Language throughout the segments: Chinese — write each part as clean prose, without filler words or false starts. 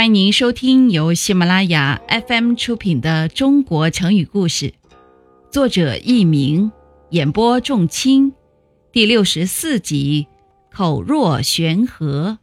欢迎您收听由喜马拉雅 FM 出品的中国成语故事，作者佚名，演播仲卿，第64集，口若悬河。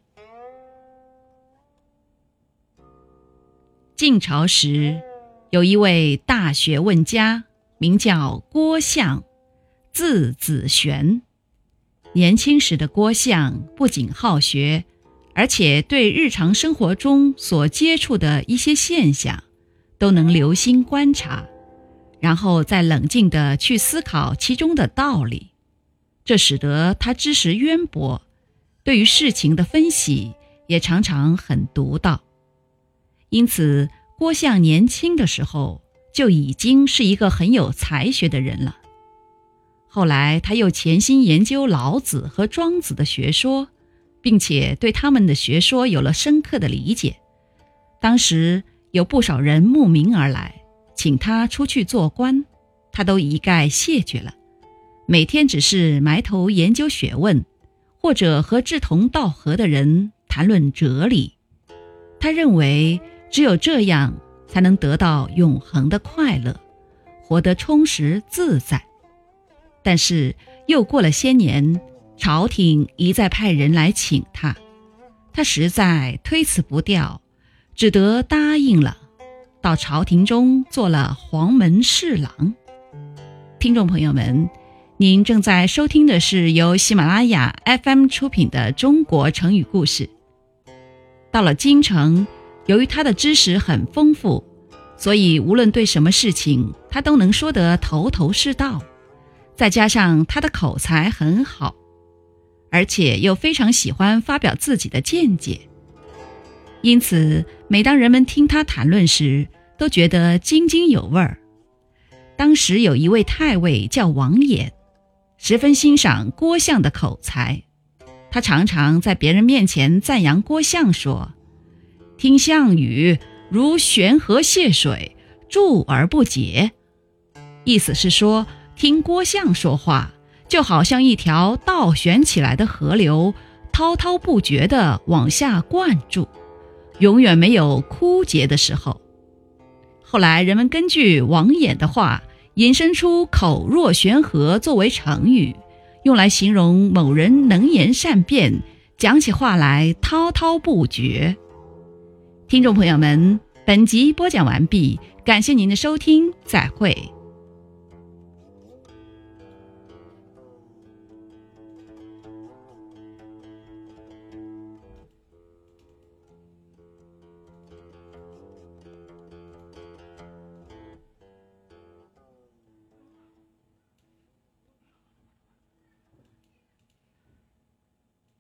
晋朝时，有一位大学问家，名叫郭象，字子玄。年轻时的郭象不仅好学，而且对日常生活中所接触的一些现象都能留心观察，然后再冷静地去思考其中的道理。这使得他知识渊博，对于事情的分析也常常很独到。因此郭象年轻的时候就已经是一个很有才学的人了。后来他又潜心研究老子和庄子的学说，并且对他们的学说有了深刻的理解。当时有不少人慕名而来，请他出去做官，他都一概谢绝了，每天只是埋头研究学问，或者和志同道合的人谈论哲理。他认为只有这样才能得到永恒的快乐，活得充实自在。但是又过了些年，朝廷一再派人来请他，他实在推辞不掉，只得答应了，到朝廷中做了黄门侍郎。听众朋友们，您正在收听的是由喜马拉雅 FM 出品的中国成语故事。到了京城，由于他的知识很丰富，所以无论对什么事情他都能说得头头是道，再加上他的口才很好，而且又非常喜欢发表自己的见解，因此每当人们听他谈论时，都觉得津津有味儿。当时有一位太尉叫王衍，十分欣赏郭象的口才，他常常在别人面前赞扬郭象说：“听项羽如悬河泻水，注而不竭。”意思是说，听郭象说话就好像一条倒悬起来的河流，滔滔不绝地往下灌注，永远没有枯竭的时候。后来人们根据王衍的话引申出口若悬河作为成语，用来形容某人能言善辩，讲起话来滔滔不绝。听众朋友们，本集播讲完毕，感谢您的收听，再会。